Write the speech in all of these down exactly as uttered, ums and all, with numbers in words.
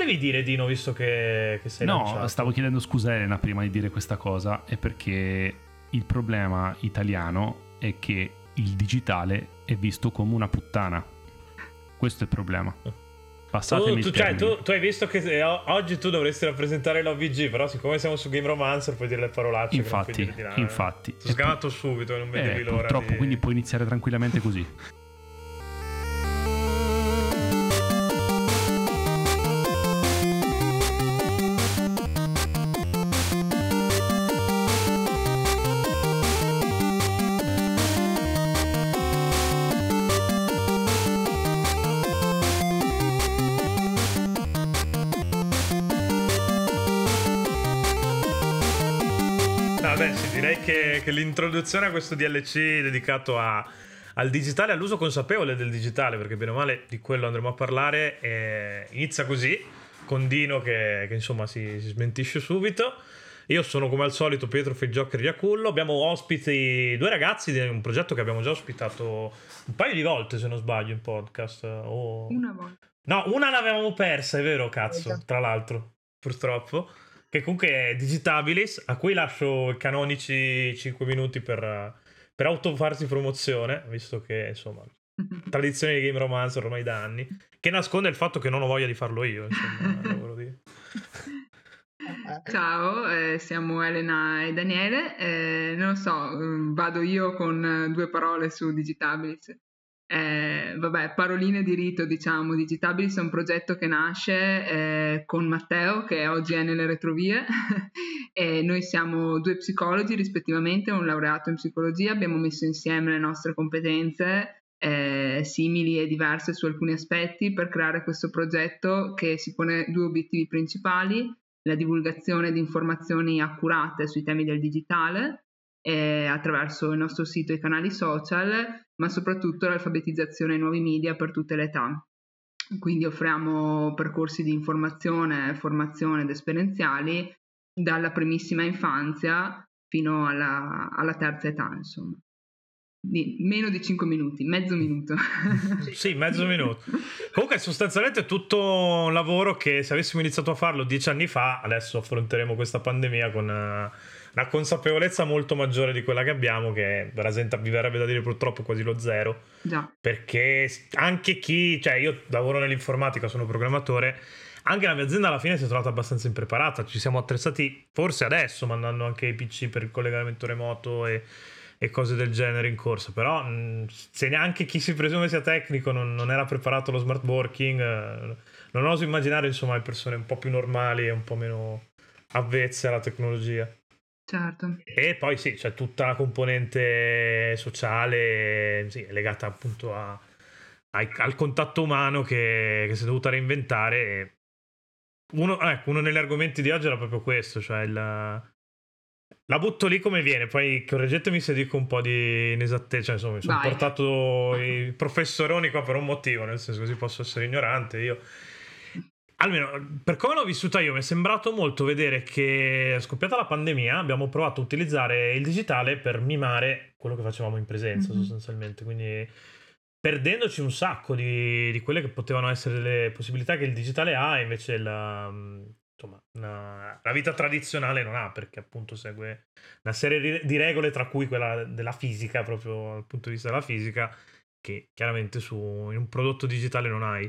volevi dire, Dino, visto che, che sei No, lanciato? stavo chiedendo scusa a Elena prima di dire questa cosa, è perché il problema italiano è che il digitale è visto come una puttana. Questo è il problema. Passatemi tu, tu, il cioè, termine. tu, tu hai visto che se- o- oggi tu dovresti rappresentare l'O V G, però siccome siamo su Game Romancer puoi dire le parolacce. Infatti, che non puoi dire di là, infatti. eh. Sono sgamato subito e non vedevi Eh, l'ora purtroppo, di... quindi puoi iniziare tranquillamente così. Beh, sì, direi che, che l'introduzione a questo D L C dedicato a, al digitale, all'uso consapevole del digitale, perché bene o male di quello andremo a parlare, eh, inizia così, con Dino che, che insomma si, si smentisce subito. Io sono come al solito Pietro Figgiocker Iacullo, abbiamo ospiti due ragazzi di un progetto che abbiamo già ospitato un paio di volte, se non sbaglio, in podcast. O... Una volta. No, una l'avevamo persa, è vero, cazzo, Esatto. tra l'altro, purtroppo. Che comunque è Digitabilis, a cui lascio i canonici cinque minuti per, per autofarsi promozione, visto che, insomma, tradizione di Game Romancer ormai da anni, che nasconde il fatto che non ho voglia di farlo io, insomma, lavoro di... Ciao, eh, siamo Elena e Daniele, eh, non lo so, mm, vado io con eh, due parole su Digitabilis. Eh, vabbè, paroline di rito, diciamo. Digitabilis è un progetto che nasce eh, con Matteo, che oggi è nelle retrovie, e noi siamo due psicologi rispettivamente, un laureato in psicologia, abbiamo messo insieme le nostre competenze eh, simili e diverse su alcuni aspetti per creare questo progetto che si pone due obiettivi principali: la divulgazione di informazioni accurate sui temi del digitale eh, attraverso il nostro sito e i canali social, ma soprattutto l'alfabetizzazione ai nuovi media per tutte le età. Quindi offriamo percorsi di informazione, formazione ed esperienziali dalla primissima infanzia fino alla, alla terza età, insomma. Di, meno di cinque minuti, mezzo minuto. Sì, mezzo minuto. Comunque sostanzialmente è tutto un lavoro che se avessimo iniziato a farlo dieci anni fa, adesso affronteremo questa pandemia con una, una consapevolezza molto maggiore di quella che abbiamo, che rappresenta, vi verrebbe da dire purtroppo quasi lo zero. Già. Perché anche chi, cioè io lavoro nell'informatica, sono programmatore, anche la mia azienda alla fine si è trovata abbastanza impreparata, ci siamo attrezzati forse adesso mandando anche i P C per il collegamento remoto e e cose del genere in corsa, però mh, se neanche chi si presume sia tecnico non, non era preparato allo smart working, eh, non oso immaginare insomma le persone un po' più normali e un po' meno avvezze alla tecnologia. Certo. E poi sì, c'è tutta la componente sociale, sì, legata appunto a, ai, al contatto umano che, che si è dovuta reinventare. E uno, ecco, uno degli argomenti di oggi era proprio questo, cioè il... La butto lì come viene, poi correggetemi se dico un po' di inesattezza, cioè insomma mi sono Vai. portato i professoroni qua per un motivo, nel senso così posso essere ignorante io. Almeno per come l'ho vissuta io mi è sembrato molto vedere che scoppiata la pandemia abbiamo provato a utilizzare il digitale per mimare quello che facevamo in presenza, mm-hmm. sostanzialmente, quindi perdendoci un sacco di, di quelle che potevano essere le possibilità che il digitale ha e invece la... insomma, una, la vita tradizionale non ha, perché appunto segue una serie di regole, tra cui quella della fisica, proprio dal punto di vista della fisica, che chiaramente su in un prodotto digitale non hai.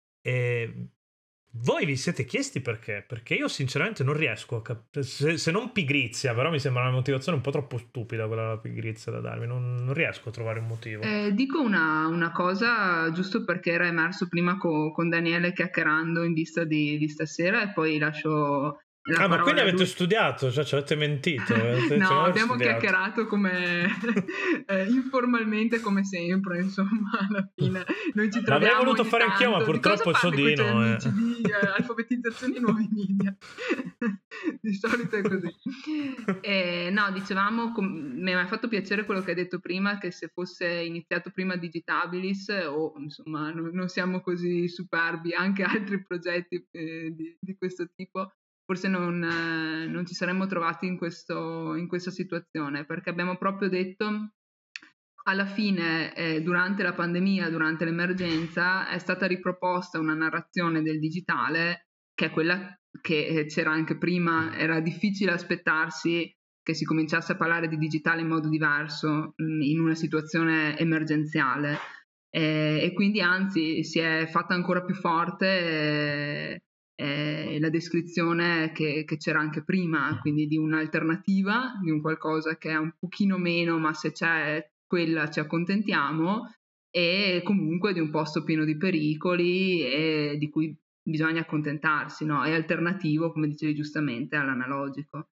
E voi vi siete chiesti perché? Perché io sinceramente non riesco a capire, se, se non pigrizia, però mi sembra una motivazione un po' troppo stupida quella della pigrizia da darmi, non, non riesco a trovare un motivo. Eh, dico una, una cosa, giusto perché era emerso prima co, con Daniele chiacchierando in vista di, di stasera, e poi lascio la ah, ma quindi avete lui. studiato, cioè ci avete mentito? Avete, no, cioè, abbiamo studiato. chiacchierato come eh, informalmente, come sempre, insomma, alla fine noi ci troviamo. L'avrei voluto ogni fare tanto. anch'io, ma purtroppo c'ho Dino. Con i tuoi amici di eh, alfabetizzazione ai nuovi media. Di solito è così. E, no, dicevamo, com- mi ha fatto piacere quello che hai detto prima, che se fosse iniziato prima Digitabilis, o insomma non, non siamo così superbi, anche altri progetti eh, di, di questo tipo, forse non, eh, non ci saremmo trovati in, questo, in questa situazione, perché abbiamo proprio detto, alla fine, eh, durante la pandemia, durante l'emergenza, è stata riproposta una narrazione del digitale che è quella che c'era anche prima. Era difficile aspettarsi che si cominciasse a parlare di digitale in modo diverso in una situazione emergenziale, e, e quindi anzi si è fatta ancora più forte eh, eh, la descrizione che, che c'era anche prima, quindi di un'alternativa, di un qualcosa che è un pochino meno, ma se c'è quella ci accontentiamo, e comunque di un posto pieno di pericoli e di cui bisogna accontentarsi, no? È alternativo, come dicevi giustamente, all'analogico.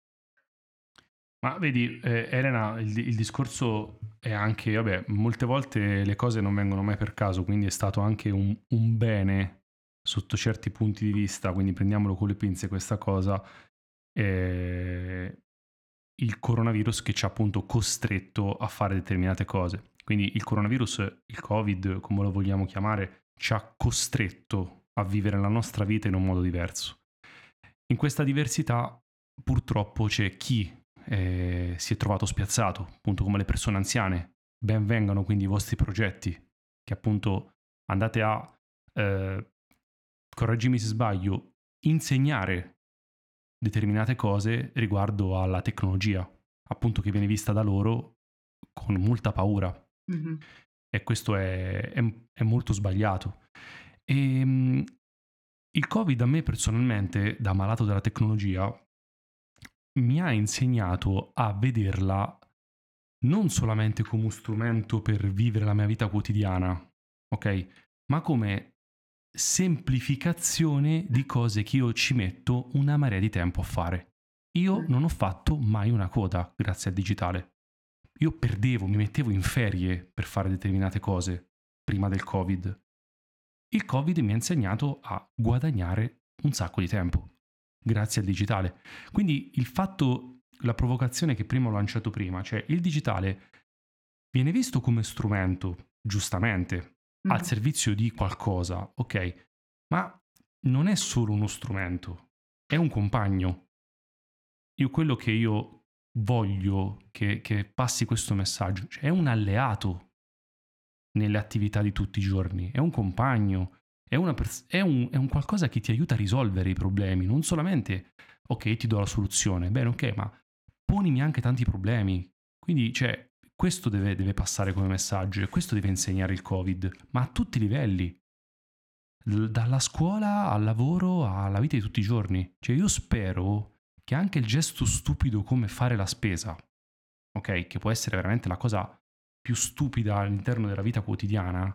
Ma vedi, eh, Elena, il, il discorso è anche, vabbè, molte volte le cose non vengono mai per caso, quindi è stato anche un, un bene sotto certi punti di vista, quindi prendiamolo con le pinze questa cosa, eh, il coronavirus che ci ha appunto costretto a fare determinate cose. Quindi il coronavirus, il Covid, come lo vogliamo chiamare, ci ha costretto a vivere la nostra vita in un modo diverso. In questa diversità purtroppo c'è chi eh, si è trovato spiazzato, appunto come le persone anziane. Ben vengano quindi i vostri progetti, che appunto andate a, eh, correggimi se sbaglio, insegnare determinate cose riguardo alla tecnologia, appunto che viene vista da loro con molta paura. Mm-hmm. E questo è, è, è molto sbagliato. E, um, il Covid a me personalmente, da malato della tecnologia, mi ha insegnato a vederla non solamente come uno strumento per vivere la mia vita quotidiana, ok? Ma come semplificazione di cose che io ci metto una marea di tempo a fare. Io non ho fatto mai una coda grazie al digitale. Io perdevo, mi mettevo in ferie per fare determinate cose prima del Covid. Il Covid mi ha insegnato a guadagnare un sacco di tempo grazie al digitale. Quindi il fatto, la provocazione che prima ho lanciato prima, cioè il digitale viene visto come strumento, giustamente, mm. al servizio di qualcosa, ok? Ma non è solo uno strumento, è un compagno. Io quello che io voglio che, che passi questo messaggio, cioè è un alleato nelle attività di tutti i giorni, è un compagno, è, una pers- è, un, è un qualcosa che ti aiuta a risolvere i problemi, non solamente, ok, ti do la soluzione, bene, ok, ma ponimi anche tanti problemi. Quindi, cioè, questo deve, deve passare come messaggio e questo deve insegnare il Covid, ma a tutti i livelli, L- dalla scuola al lavoro alla vita di tutti i giorni. Cioè, io spero che anche il gesto stupido come fare la spesa, ok, che può essere veramente la cosa più stupida all'interno della vita quotidiana,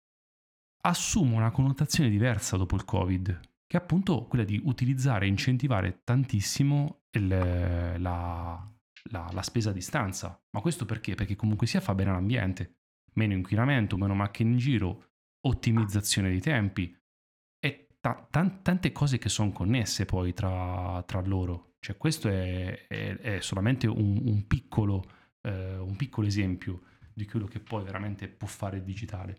assuma una connotazione diversa dopo il Covid, che è appunto quella di utilizzare e incentivare tantissimo il, la, la, la spesa a distanza. Ma questo perché? Perché comunque sia fa bene all'ambiente, meno inquinamento, meno macchine in giro, ottimizzazione dei tempi e ta- tan- tante cose che sono connesse poi tra, tra loro. Cioè questo è, è, è solamente un, un, piccolo, eh, un piccolo esempio di quello che poi veramente può fare il digitale.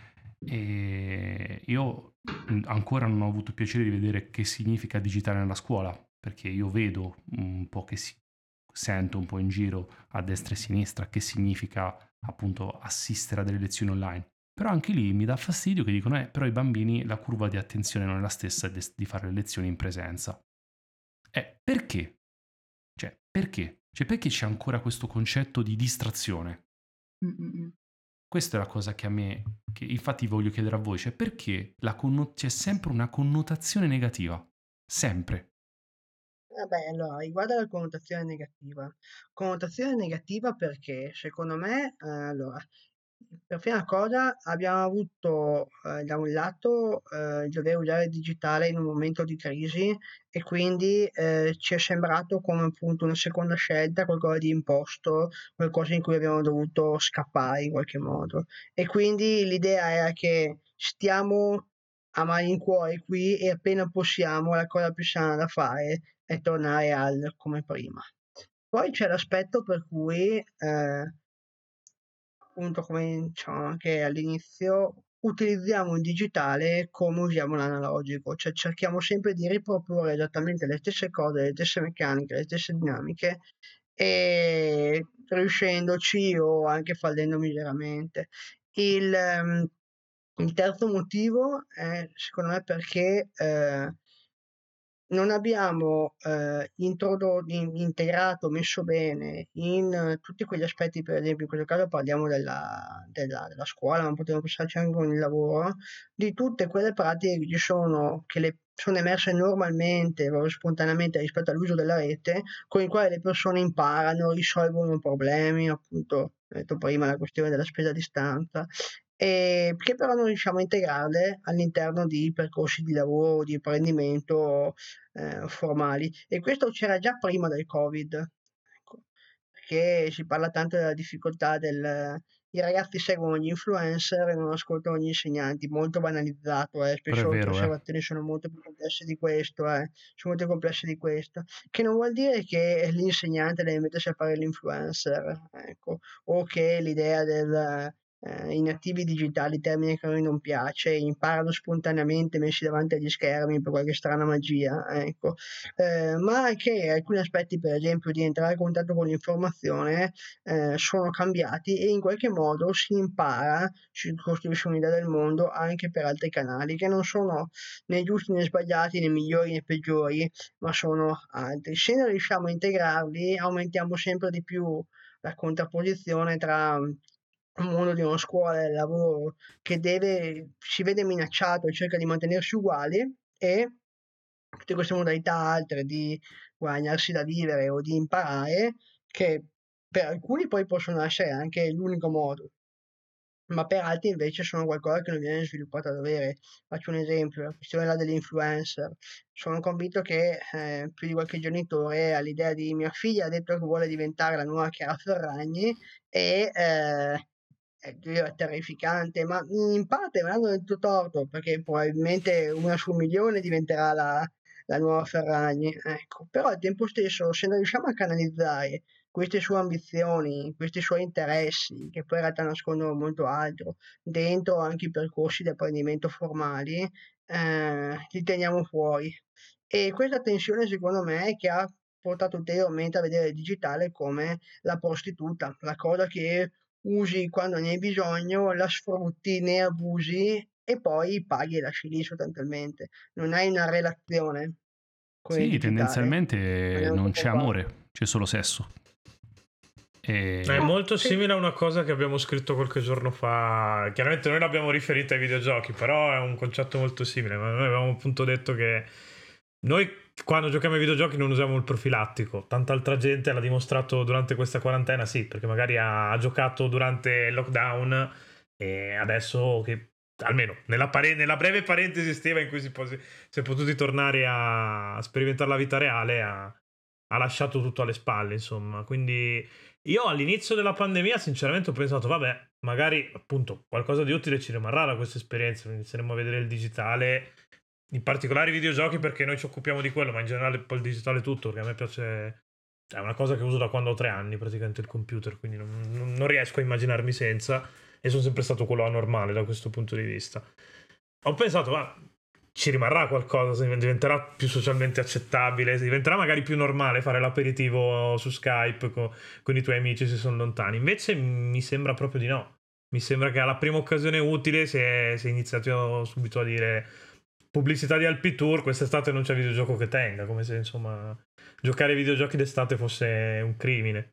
E io ancora non ho avuto piacere di vedere che significa digitale nella scuola, perché io vedo un po' che si sento un po' in giro a destra e a sinistra che significa appunto assistere a delle lezioni online. Però anche lì mi dà fastidio che dicono eh, però i bambini la curva di attenzione non è la stessa di fare le lezioni in presenza. Eh, perché? Cioè, perché? Cioè, perché c'è ancora questo concetto di distrazione? Mm-mm. Questa è la cosa che a me, che infatti voglio chiedere a voi, cioè perché la conno- c'è sempre una connotazione negativa? Sempre. Vabbè, allora, riguardo alla connotazione negativa. Connotazione negativa perché, secondo me, eh, allora, per prima cosa abbiamo avuto eh, da un lato eh, il dover usare il digitale in un momento di crisi e quindi eh, ci è sembrato come appunto una seconda scelta, qualcosa di imposto, qualcosa in cui abbiamo dovuto scappare in qualche modo. E quindi l'idea era che stiamo a malincuore qui e appena possiamo la cosa più sana da fare è tornare al come prima. Poi c'è l'aspetto per cui eh, appunto come diciamo anche all'inizio, utilizziamo il digitale come usiamo l'analogico, cioè cerchiamo sempre di riproporre esattamente le stesse cose, le stesse meccaniche, le stesse dinamiche e riuscendoci o anche fallendo miseramente. Il, um, il terzo motivo è secondo me perché eh, non abbiamo eh, introdotto, in- integrato, messo bene in eh, tutti quegli aspetti, per esempio in questo caso parliamo della, della- della scuola, ma potremmo pensarci anche con il lavoro, di tutte quelle pratiche che ci sono, che le, sono emerse normalmente, proprio spontaneamente rispetto all'uso della rete, con i quali le persone imparano, risolvono problemi, appunto, ho detto prima la questione della spesa a distanza, e che però non riusciamo a integrarle all'interno di percorsi di lavoro, di apprendimento eh, formali. E questo c'era già prima del Covid, ecco, perché si parla tanto della difficoltà del... I ragazzi seguono gli influencer e non ascoltano gli insegnanti, molto banalizzato, eh. Però è Spesso le vero, eh. osservazioni sono molto più complesse di questo, eh. Sono molto più complesse di questo, che non vuol dire che l'insegnante deve mettersi a fare l'influencer, ecco, o che l'idea del eh, i nativi digitali, termine che a noi non piace, imparano spontaneamente messi davanti agli schermi per qualche strana magia, ecco. Eh, ma anche alcuni aspetti, per esempio, di entrare in contatto con l'informazione eh, sono cambiati e in qualche modo si impara, si costruisce un'idea del mondo anche per altri canali che non sono né giusti né sbagliati, né migliori né peggiori, ma sono altri. Se noi riusciamo a integrarli, aumentiamo sempre di più la contrapposizione tra un mondo di una scuola e del lavoro che deve, si vede minacciato e cerca di mantenersi uguali, e tutte queste modalità altre di guadagnarsi da vivere o di imparare, che per alcuni poi possono essere anche l'unico modo, ma per altri invece sono qualcosa che non viene sviluppato a dovere. Faccio un esempio, la questione là dell'influencer. Sono convinto che eh, più di qualche genitore ha l'idea di mia figlia ha detto che vuole diventare la nuova Chiara Ferragni e eh, è è terrificante, ma in parte me l'hanno detto torto, perché probabilmente una su un milione diventerà la, la nuova Ferragni, ecco. Però al tempo stesso, se non riusciamo a canalizzare queste sue ambizioni, questi suoi interessi, che poi in realtà nascondono molto altro, dentro anche i percorsi di apprendimento formali, eh, li teniamo fuori. E questa tensione, secondo me, è che ha portato ulteriormente a vedere il digitale come la prostituta, la cosa che usi quando ne hai bisogno, la sfrutti, ne abusi e poi paghi e lasci lì sostanzialmente. Non hai una relazione con il Sì, digitale, non è tendenzialmente un non tuo c'è compagno. amore, c'è solo sesso. È E... Ah, molto sì. simile a una cosa che abbiamo scritto qualche giorno fa. Chiaramente noi l'abbiamo riferita ai videogiochi, però è un concetto molto simile. Ma noi avevamo appunto detto che noi quando giochiamo ai videogiochi non usiamo il profilattico. Tanta altra gente l'ha dimostrato durante questa quarantena, sì, perché magari ha, ha giocato durante il lockdown e adesso che almeno nella, pare- nella breve parentesi estiva in cui si, pos- si è potuti tornare a sperimentare la vita reale, ha, ha lasciato tutto alle spalle, insomma. Quindi io all'inizio della pandemia sinceramente ho pensato, vabbè, magari appunto qualcosa di utile ci rimarrà da questa esperienza, inizieremo a vedere il digitale, in particolare i videogiochi perché noi ci occupiamo di quello, ma in generale poi il digitale tutto, perché a me piace, è una cosa che uso da quando ho tre anni praticamente il computer, quindi non, non- non riesco a immaginarmi senza e sono sempre stato quello anormale da questo punto di vista. Ho pensato, ma ci rimarrà qualcosa, diventerà più socialmente accettabile, diventerà magari più normale fare l'aperitivo su Skype con, con i tuoi amici se sono lontani. Invece mi sembra proprio di no. Mi sembra che alla prima occasione utile si è, si è iniziato subito a dire pubblicità di Alpi Tour, quest'estate non c'è videogioco che tenga, come se insomma giocare ai videogiochi d'estate fosse un crimine.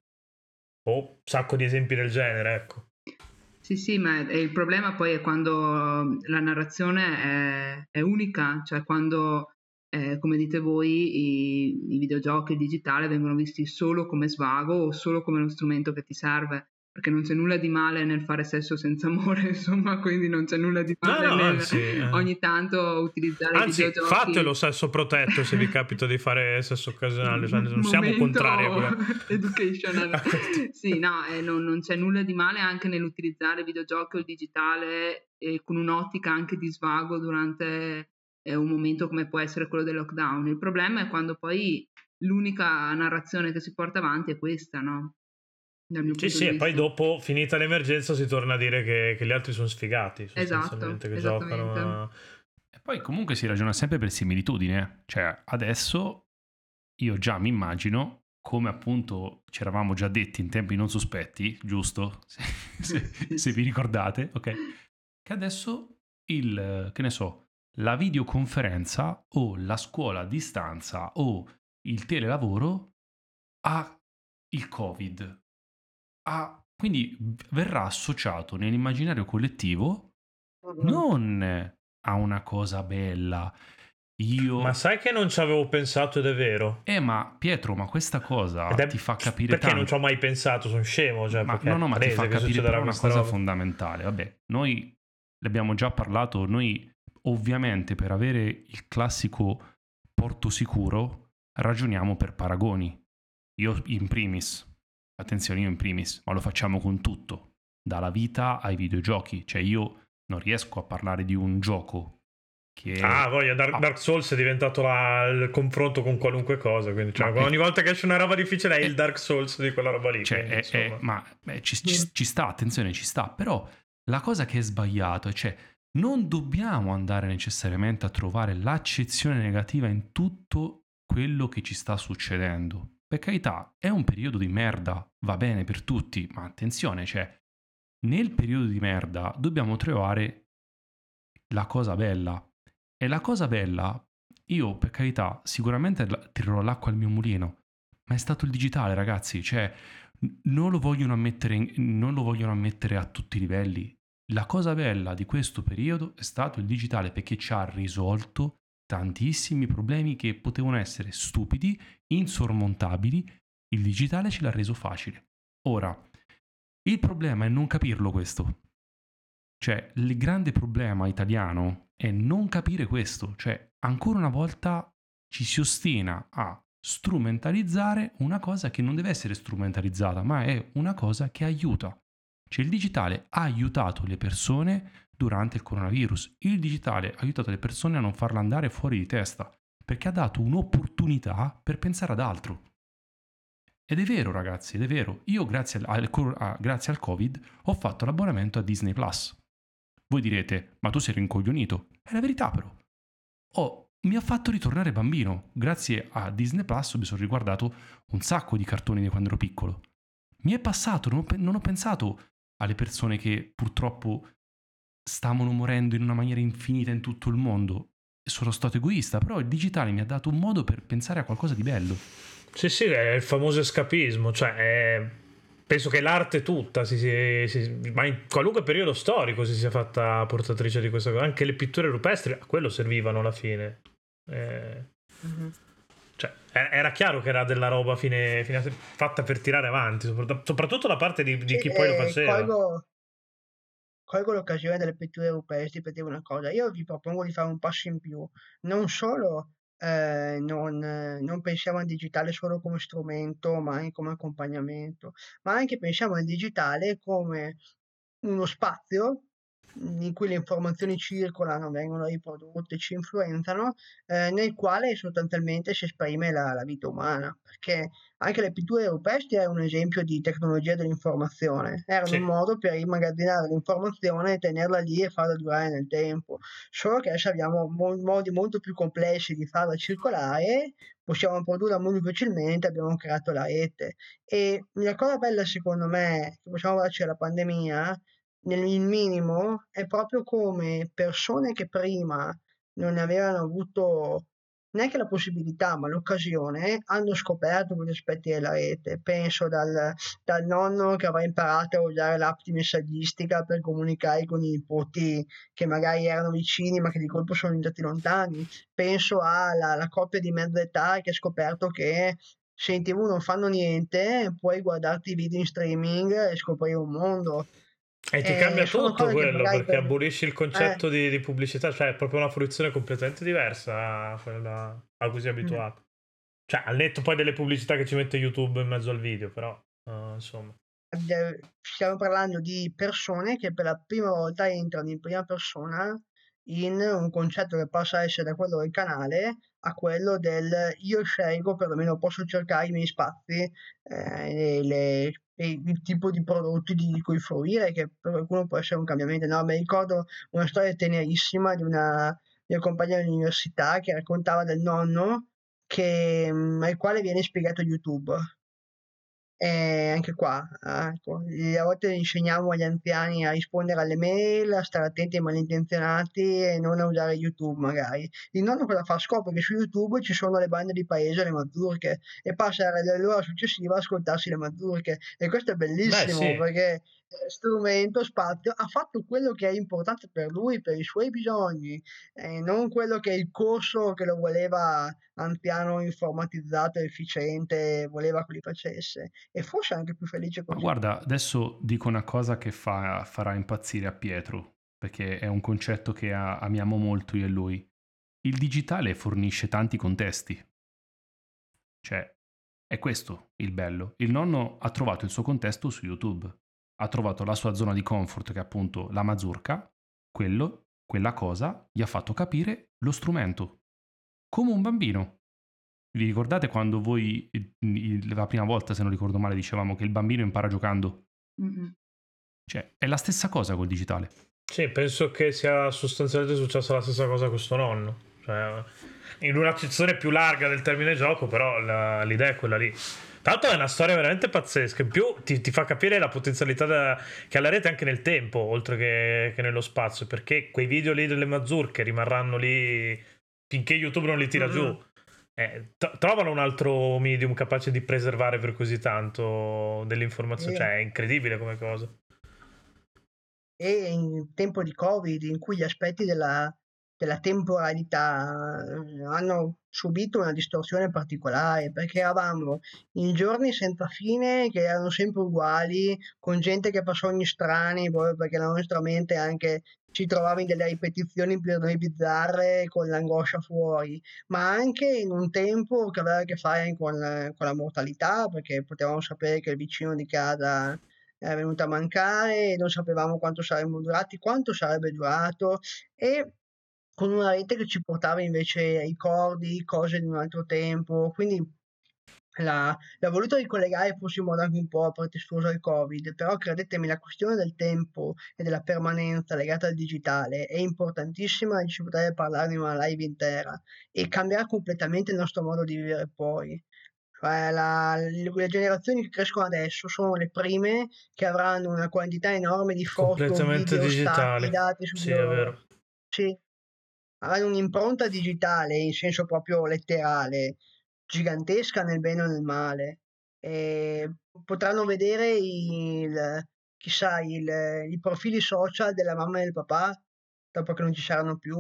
O un sacco di esempi del genere, ecco. Sì, sì, ma è- il problema poi è quando la narrazione è, è unica, cioè quando, eh, come dite voi, i, i videogiochi, il digitale vengono visti solo come svago o solo come uno strumento che ti serve, perché non c'è nulla di male nel fare sesso senza amore, insomma, quindi non c'è nulla di No, male no, nel anzi... eh. ogni tanto utilizzare i Anzi, fatelo videogiochi. sesso protetto se vi capita di fare sesso occasionale, cioè non siamo Momento contrari a que- educational. a questo. Sì, no, eh, non, non c'è nulla di male anche nell'utilizzare i videogiochi o il digitale eh, con un'ottica anche di svago durante eh, un momento come può essere quello del lockdown. Il problema è quando poi l'unica narrazione che si porta avanti è questa, no? Dal mio Sì, punto sì, di e poi vista. dopo, finita l'emergenza, si torna a dire che, che gli altri sono sfigati, Esatto, sostanzialmente, che esattamente. giocano a... e poi comunque si ragiona sempre per similitudine. Cioè, adesso io già mi immagino come appunto ci eravamo già detti in tempi non sospetti, giusto? Se, se- se vi ricordate, ok? Che adesso il, che ne so, la videoconferenza o la scuola a distanza o il telelavoro ha il Covid. Ha, quindi verrà associato nell'immaginario collettivo non a una cosa bella. Io... Ma sai che non ci avevo pensato ed è vero. Eh ma Pietro, ma questa cosa è... ti fa capire perché tanto. non ci ho mai pensato, sono scemo. Cioè, Ma, no, no, ma ti fa capire però una cosa roba. fondamentale. Vabbè, noi ne abbiamo già parlato, noi ovviamente per avere il classico porto sicuro ragioniamo per paragoni. Io in primis, attenzione io in primis, ma lo facciamo con tutto, dalla vita ai videogiochi. Cioè io non riesco a parlare di un gioco che... Ah, voglio, Dark, ah, Dark Souls è diventato la, il confronto con qualunque cosa, quindi cioè, è, ogni volta che esce una roba difficile è, è il Dark Souls di quella roba lì. Cioè, quindi, è, è, ma è, ci, ci, ci sta, attenzione, ci sta, però la cosa che è sbagliato è cioè non dobbiamo andare necessariamente a trovare l'accezione negativa in tutto quello che ci sta succedendo. Per carità, è un periodo di merda, va bene per tutti, ma attenzione, cioè nel periodo di merda dobbiamo trovare la cosa bella. E la cosa bella, io per carità sicuramente tirerò l'acqua al mio mulino, ma è stato il digitale, ragazzi, cioè non lo vogliono ammettere, in, non lo vogliono ammettere a tutti i livelli. La cosa bella di questo periodo è stato il digitale perché ci ha risolto tantissimi problemi che potevano essere stupidi, insormontabili. Il digitale ce l'ha reso facile. Ora, il problema è non capirlo questo. Cioè, il grande problema italiano è non capire questo. Cioè, ancora una volta ci si ostina a strumentalizzare una cosa che non deve essere strumentalizzata, ma è una cosa che aiuta. Cioè, il digitale ha aiutato le persone durante il coronavirus. Il digitale ha aiutato le persone a non farla andare fuori di testa, perché ha dato un'opportunità per pensare ad altro. Ed è vero, ragazzi, ed è vero. Io, grazie al, al, grazie al Covid, ho fatto l'abbonamento a Disney Plus. Voi direte, ma tu sei rincoglionito. È la verità però. Oh, mi ha fatto ritornare bambino. Grazie a Disney Plus mi sono riguardato un sacco di cartoni di quando ero piccolo. Mi è passato, non ho, non ho pensato alle persone che purtroppo stavano morendo in una maniera infinita in tutto il mondo. Sono stato egoista, però il digitale mi ha dato un modo per pensare a qualcosa di bello. Sì, sì, è il famoso escapismo, cioè è... penso che l'arte tutta, si, si, si, ma in qualunque periodo storico si sia fatta portatrice di questa cosa, anche le pitture rupestri a quello servivano alla fine. Eh... Mm-hmm. Cioè, era chiaro che era della roba fine, fine, fatta per tirare avanti, soprattutto da parte di, di chi sì, poi eh, lo faceva. Colgo, colgo l'occasione delle pitture rupestri per dire una cosa. Io vi propongo di fare un passo in più. Non solo eh, non, non pensiamo al digitale solo come strumento, ma anche come accompagnamento, ma anche pensiamo al digitale come uno spazio in cui le informazioni circolano, vengono riprodotte, ci influenzano, eh, nel quale sostanzialmente si esprime la, la vita umana, perché anche le pitture rupestri è un esempio di tecnologia dell'informazione, erano sì. un modo per immagazzinare l'informazione, tenerla lì e farla durare nel tempo, solo che adesso abbiamo mo- modi molto più complessi di farla circolare, possiamo produrla molto facilmente, abbiamo creato la rete. E la cosa bella secondo me, che possiamo darci alla pandemia, nel minimo, è proprio come persone che prima non ne avevano avuto neanche la possibilità, ma l'occasione, hanno scoperto quegli aspetti della rete. Penso dal, dal nonno che avrà imparato a usare l'app di messaggistica per comunicare con i nipoti che magari erano vicini ma che di colpo sono andati lontani. Penso alla, alla coppia di mezza età che ha scoperto che se in tv non fanno niente puoi guardarti i video in streaming e scoprire un mondo. E ti eh, cambia tutto quello, perché per... abolisci il concetto eh. di, di pubblicità, cioè è proprio una fruizione completamente diversa a quella a cui sei abituato. Mm. Cioè, al netto poi delle pubblicità che ci mette YouTube in mezzo al video, però, uh, insomma. Stiamo parlando di persone che per la prima volta entrano in prima persona in un concetto che possa essere da quello del canale a quello del io scelgo, perlomeno posso cercare i miei spazi, eh, le, le, il tipo di prodotti di cui fruire, che per qualcuno può essere un cambiamento. No, mi ricordo una storia tenerissima di una mia compagna dell'università che raccontava del nonno che, al quale viene spiegato YouTube. E anche qua, eh, ecco, a volte insegniamo agli anziani a rispondere alle mail, a stare attenti ai malintenzionati e non a usare YouTube magari. Il nonno cosa fa? Scopre che su YouTube ci sono le bande di paese, le mazurche, e passa l'ora successiva a ascoltarsi le mazurche. E questo è Beh, bellissimo sì. perché eh, strumento, spazio, ha fatto quello che è importante per lui, per i suoi bisogni, e non quello che è il corso che lo voleva anziano informatizzato, efficiente, voleva che li facesse. E forse anche più felice Ma così. guarda, adesso dico una cosa che fa- farà impazzire a Pietro, perché è un concetto che a- amiamo molto io e lui. Il digitale fornisce tanti contesti. Cioè, è questo il bello. Il nonno ha trovato il suo contesto su YouTube. Ha trovato la sua zona di comfort, che è appunto la mazurka. Quello, quella cosa, gli ha fatto capire lo strumento. Come un bambino. Vi ricordate quando voi, il- il- la prima volta, se non ricordo male, dicevamo che il bambino impara giocando? Mm-mm. Cioè, è la stessa cosa col digitale. Sì, penso che sia sostanzialmente successa la stessa cosa a questo nonno. Cioè, in un'accezione più larga del termine gioco, però la- l'idea è quella lì. Tra l'altro è una storia veramente pazzesca. In più ti, ti fa capire la potenzialità da- che ha la rete anche nel tempo, oltre che, che nello spazio, perché quei video lì delle mazurche rimarranno lì finché YouTube non li tira Mm-mm. giù. Eh, t- trovano un altro medium capace di preservare per così tanto delle informazioni. E, Cioè, è incredibile come cosa. e in tempo di Covid, in cui gli aspetti della, della temporalità eh, hanno subito una distorsione particolare, perché eravamo in giorni senza fine che erano sempre uguali, con gente che fa sogni strani, proprio perché la nostra mente anche si trovava in delle ripetizioni per noi bizzarre, con l'angoscia fuori, ma anche in un tempo che aveva a che fare con, con la mortalità, perché potevamo sapere che il vicino di casa è venuto a mancare e non sapevamo quanto saremmo durati, quanto sarebbe durato, e con una rete che ci portava invece ricordi, cose di un altro tempo, quindi la, l'ho voluto ricollegare forse in modo anche un po' pretestuoso al Covid, però credetemi, la questione del tempo e della permanenza legata al digitale è importantissima e ci potrebbe parlare in una live intera e cambierà completamente il nostro modo di vivere poi. Cioè, la- le le generazioni che crescono adesso sono le prime che avranno una quantità enorme di foto, Completamente video, stati, digitale. dati su di Sì, è loro. vero. Sì, avranno un'impronta digitale in senso proprio letterale, gigantesca nel bene o nel male. E potranno vedere il, chissà, il- i profili social della mamma e del papà dopo che non ci saranno più,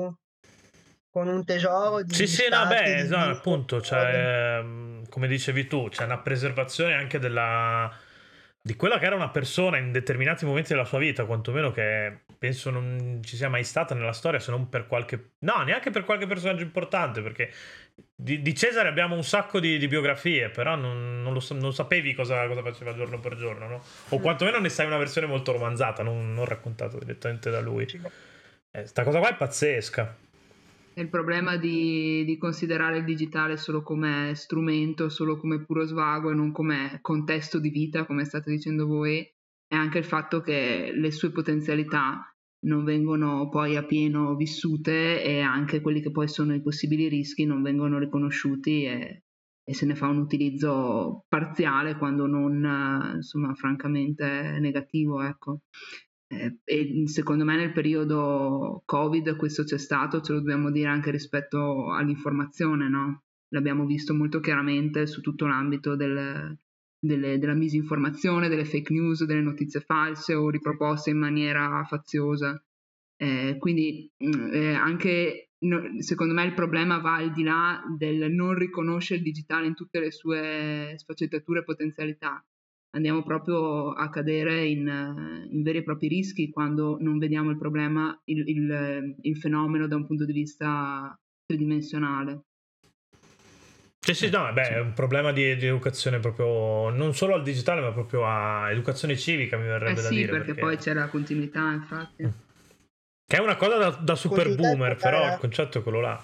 con un tesoro di, Sì, di sì, no, stati, beh, di esatto, video, appunto, cose. cioè, mh, come dicevi tu, c'è una preservazione anche della, di quella che era una persona in determinati momenti della sua vita, quantomeno che penso non ci sia mai stata nella storia, se non per qualche... No, neanche per qualche personaggio importante, perché di, di Cesare abbiamo un sacco di, di biografie, però non, non lo sa- non sapevi cosa, cosa faceva giorno per giorno, no? O Mm, quantomeno ne sai una versione molto romanzata, non, non raccontata direttamente da lui. sì. Eh, sta cosa qua è pazzesca. È il problema di, di considerare il digitale solo come strumento, solo come puro svago e non come contesto di vita, come state dicendo voi, è anche il fatto che le sue potenzialità non vengono poi a pieno vissute e anche quelli che poi sono i possibili rischi non vengono riconosciuti e, e se ne fa un utilizzo parziale quando non, eh, insomma, francamente negativo, ecco. Eh, e secondo me nel periodo Covid questo c'è stato, ce lo dobbiamo dire anche rispetto all'informazione, no? L'abbiamo visto molto chiaramente su tutto l'ambito del, delle, della misinformazione, delle fake news, delle notizie false o riproposte in maniera faziosa. Eh, quindi mh, eh, anche no, secondo me il problema va al di là del non riconoscere il digitale in tutte le sue sfaccettature e potenzialità. Andiamo proprio a cadere in, in veri e propri rischi quando non vediamo il problema, il, il, il fenomeno da un punto di vista tridimensionale. Sì, sì, Eh, no, beh, sì. è un problema di, di educazione proprio non solo al digitale, ma proprio a educazione civica, mi Eh verrebbe da sì, dire, perché poi perché c'è la continuità, infatti. che è una cosa da, da super Continuità e boomer, portare però il là, concetto è quello là.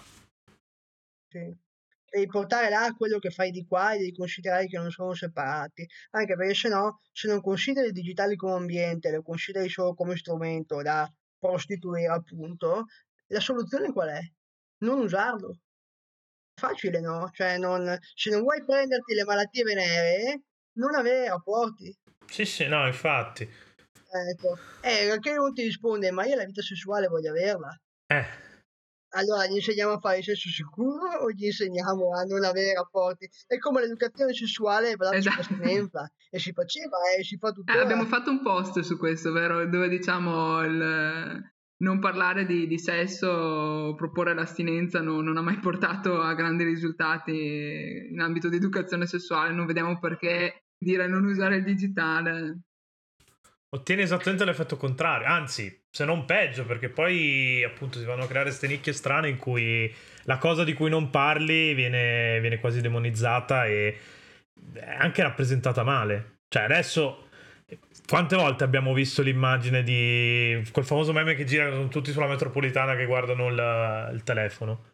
sì. Devi portare là quello che fai di qua e devi considerare che non sono separati, anche perché se no, se non consideri il digitale come ambiente, lo consideri solo come strumento da prostituire, appunto, la soluzione qual è? Non usarlo. Facile, no? Cioè, non, se non vuoi prenderti le malattie venere, non avere rapporti. Sì, sì, no, infatti. Ecco, eh, perché uno ti risponde, ma io la vita sessuale voglio averla. Eh. Allora, gli insegniamo a fare il sesso sicuro o gli insegniamo a non avere rapporti? È come l'educazione sessuale per Esatto. l'astinenza, e si faceva e si fa Eh, tuttora. abbiamo fatto un post su questo, vero? Dove diciamo il non parlare di, di sesso, proporre l'astinenza no- non ha mai portato a grandi risultati in ambito di educazione sessuale. Non vediamo perché dire non usare il digitale. Ottiene esattamente l'effetto contrario, anzi, se non peggio, perché poi appunto si vanno a creare queste nicchie strane in cui la cosa di cui non parli viene, viene quasi demonizzata e è anche rappresentata male. Cioè adesso, quante volte abbiamo visto l'immagine di quel famoso meme che gira, sono tutti sulla metropolitana che guardano il, il telefono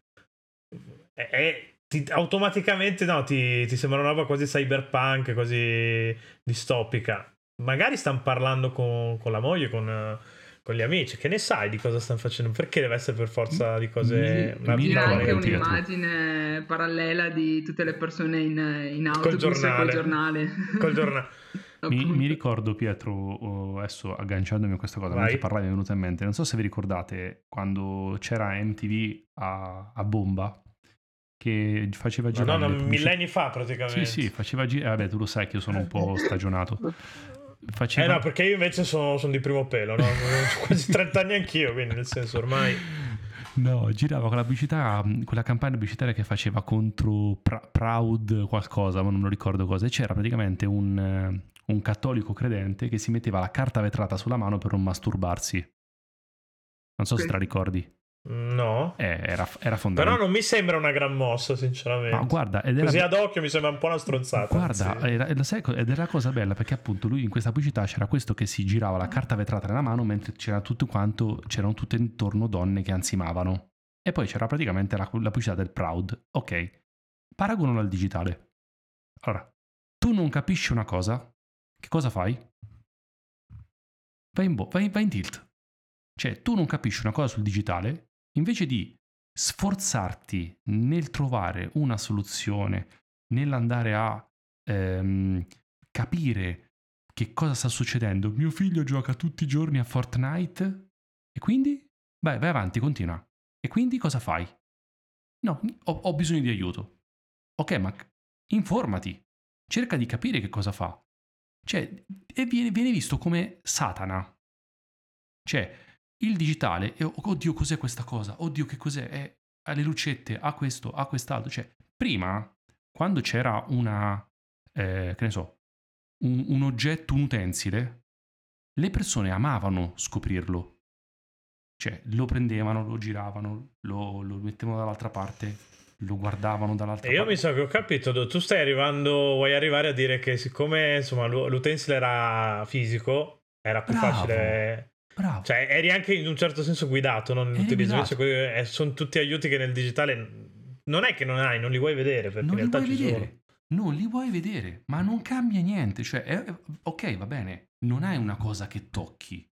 e, e ti, automaticamente no, ti, ti sembra una roba quasi cyberpunk, quasi distopica. Magari stanno parlando con, con la moglie, con, con gli amici. Che ne sai di cosa stanno facendo? Perché deve essere per forza di cose... Mi- una- mi Gira una roba anche ricordo, negativa. un'immagine parallela di tutte le persone in, in Col autobus e col giornale. giornale. Col giornale. Mi, Appunto. mi ricordo, Pietro, oh, adesso agganciandomi a questa cosa, Vai. mentre parlavi mi è venuta in mente, non so se vi ricordate quando c'era M T V a, a bomba che faceva girare Madonna, le pubblicità. millenni fa praticamente. Sì, sì, faceva girare, vabbè tu lo sai che io sono un po' stagionato. Faceva... Eh no, perché io invece sono, sono di primo pelo, no? Ho quasi trenta anni anch'io, quindi nel senso ormai... No, girava con la pubblicità, quella campagna pubblicitaria che faceva contro Pr- Proud qualcosa, ma non me lo ricordo cosa, e c'era praticamente un, eh, un cattolico credente che si metteva la carta vetrata sulla mano per non masturbarsi. Non so se te la ricordi. No. Eh, era, era Però fondamentale. non mi sembra una gran mossa, sinceramente. Ma guarda, ed era... Così ad occhio mi sembra un po' una stronzata. Guarda, anzi. era, sai co- ed era la cosa bella perché appunto lui in questa pubblicità c'era questo che si girava la carta vetrata nella mano mentre c'era tutto quanto, c'erano tutte intorno donne che ansimavano. E poi c'era praticamente la, la pubblicità del Proud. Ok, paragonalo al digitale. Allora, tu non capisci una cosa, che cosa fai? Vai in, bo- vai, vai in tilt. Cioè, tu non capisci una cosa sul digitale, invece di sforzarti nel trovare una soluzione, nell'andare a ehm, capire che cosa sta succedendo. Mio figlio gioca tutti i giorni a Fortnite e quindi? Beh, vai avanti, continua. E quindi cosa fai? No, ho, ho bisogno di aiuto. Ok, ma informati, cerca di capire che cosa fa. Cioè, e viene, viene visto come Satana. Cioè, il digitale, e, oddio cos'è questa cosa, oddio che cos'è, è, ha le lucette, ha questo, ha quest'altro, cioè prima quando c'era una, eh, che ne so, un, un oggetto, un utensile, le persone amavano scoprirlo, cioè lo prendevano, lo giravano, lo, lo mettevano dall'altra parte, lo guardavano dall'altra E io parte. mi sa che ho capito, tu stai arrivando, vuoi arrivare a dire che siccome insomma l'utensile era fisico, era più Bravo, facile... Bravo. Cioè eri anche in un certo senso guidato, non Eri utilizzo, guidato. invece que- eh, sono tutti aiuti che nel digitale non è che non hai, non li vuoi vedere, perché Non in li realtà vuoi ci vedere, sono. non li vuoi vedere, ma non cambia niente, cioè, è- ok, va bene, non hai una cosa che tocchi,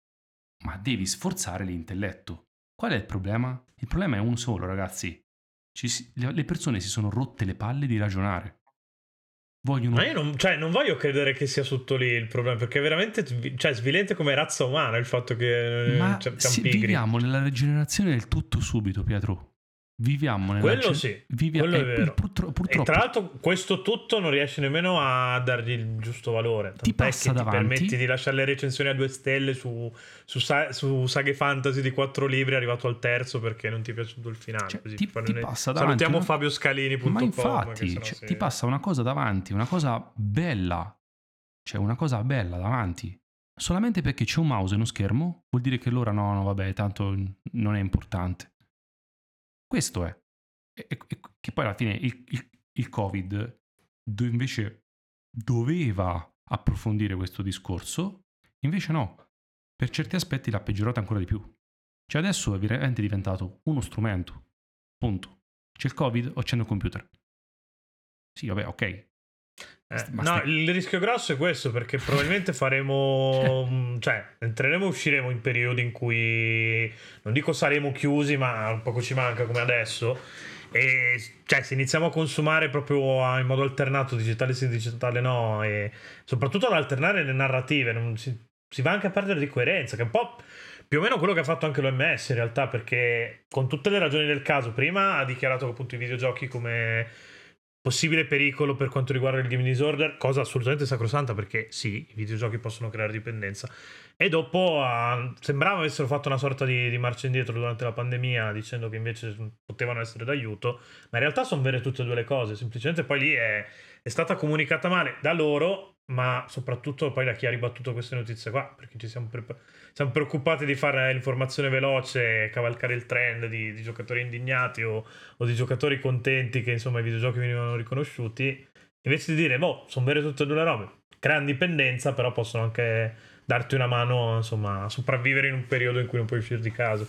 ma devi sforzare l'intelletto. Qual è il problema? Il problema è uno solo, ragazzi. Ci si- le le persone si sono rotte le palle di ragionare. Vogliono... Ma io non, cioè, non voglio credere che sia tutto lì il problema, perché è veramente svi- cioè, svilente come razza umana il fatto che Ma eh, siamo sì, pigri. viviamo nella rigenerazione del tutto subito, Pietro. Viviamo nella... Quello ge- sì, vivia- quello è eh, vero. purtro- E purtroppo tra l'altro questo tutto non riesce nemmeno a dargli il giusto valore. Ti Tant'è passa che ti davanti- permetti di lasciare le recensioni a due stelle su, su, sa- su saghe fantasy di quattro libri, arrivato al terzo perché non ti è piaciuto il finale. Cioè, Così ti- per fare ti un- passa davanti Salutiamo una- Fabio Scalini punto com, Ma che infatti, sennò cioè, si- ti passa una cosa davanti, una cosa bella, cioè una cosa bella davanti. Solamente perché c'è un mouse e uno schermo, vuol dire che allora no, no, vabbè, tanto non è importante. Questo è. E, e- e- che poi alla fine il, il- il Covid do- invece doveva approfondire questo discorso, invece no. Per certi aspetti l'ha peggiorato ancora di più. Cioè adesso è veramente diventato uno strumento. Punto. C'è il Covid, accendo il computer. Sì, vabbè, ok. Eh, Ma no, stai- il rischio grosso è questo, perché probabilmente faremo, mh, cioè, entreremo e usciremo in periodi in cui, non dico saremo chiusi, ma un poco ci manca come adesso, E cioè, se iniziamo a consumare proprio in modo alternato, digitale sì, digitale no, e soprattutto ad alternare le narrative, non si, si va anche a perdere di coerenza, che è un po' più o meno quello che ha fatto anche l'O M S in realtà, perché con tutte le ragioni del caso, prima ha dichiarato appunto i videogiochi come possibile pericolo per quanto riguarda il game disorder, cosa assolutamente sacrosanta, perché sì, i videogiochi possono creare dipendenza, e dopo uh, sembrava avessero fatto una sorta di, di marcia indietro durante la pandemia, dicendo che invece potevano essere d'aiuto, ma in realtà sono vere tutte e due le cose, semplicemente poi lì è, è stata comunicata male da loro, ma soprattutto poi da chi ha ribattuto queste notizie qua, perché ci siamo, pre- siamo preoccupati di fare l'informazione veloce, cavalcare il trend di, di giocatori indignati o, o di giocatori contenti che insomma i videogiochi venivano riconosciuti, invece di dire, boh, sono vere tutte e due le robe, creano dipendenza, però possono anche darti una mano, insomma, a sopravvivere in un periodo in cui non puoi uscire di casa.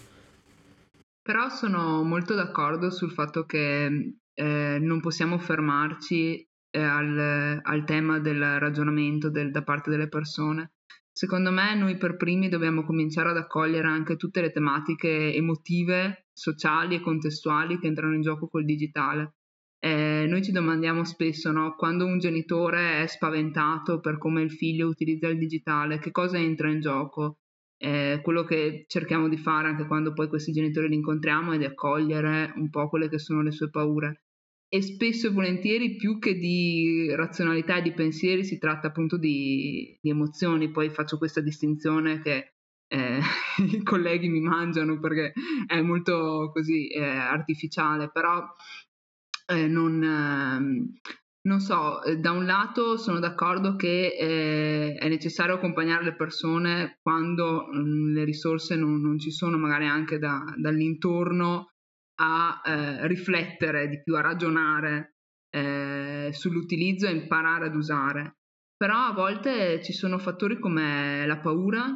Però sono molto d'accordo sul fatto che eh, non possiamo fermarci eh, al, al tema del ragionamento del, da parte delle persone. Secondo me noi per primi dobbiamo cominciare ad accogliere anche tutte le tematiche emotive, sociali e contestuali che entrano in gioco col digitale. Eh, noi ci domandiamo spesso, no, quando un genitore è spaventato per come il figlio utilizza il digitale, che cosa entra in gioco? Eh, quello che cerchiamo di fare anche quando poi questi genitori li incontriamo è di accogliere un po' quelle che sono le sue paure. E spesso e volentieri più che di razionalità e di pensieri si tratta appunto di, di emozioni. Poi faccio questa distinzione che eh, i colleghi mi mangiano perché è molto così eh, artificiale, però eh, non, ehm, non so, eh, da un lato sono d'accordo che eh, è necessario accompagnare le persone quando mh, le risorse non, non ci sono, magari anche da, dall'intorno, a eh, riflettere di più, a ragionare eh, sull'utilizzo e imparare ad usare. Però a volte ci sono fattori come la paura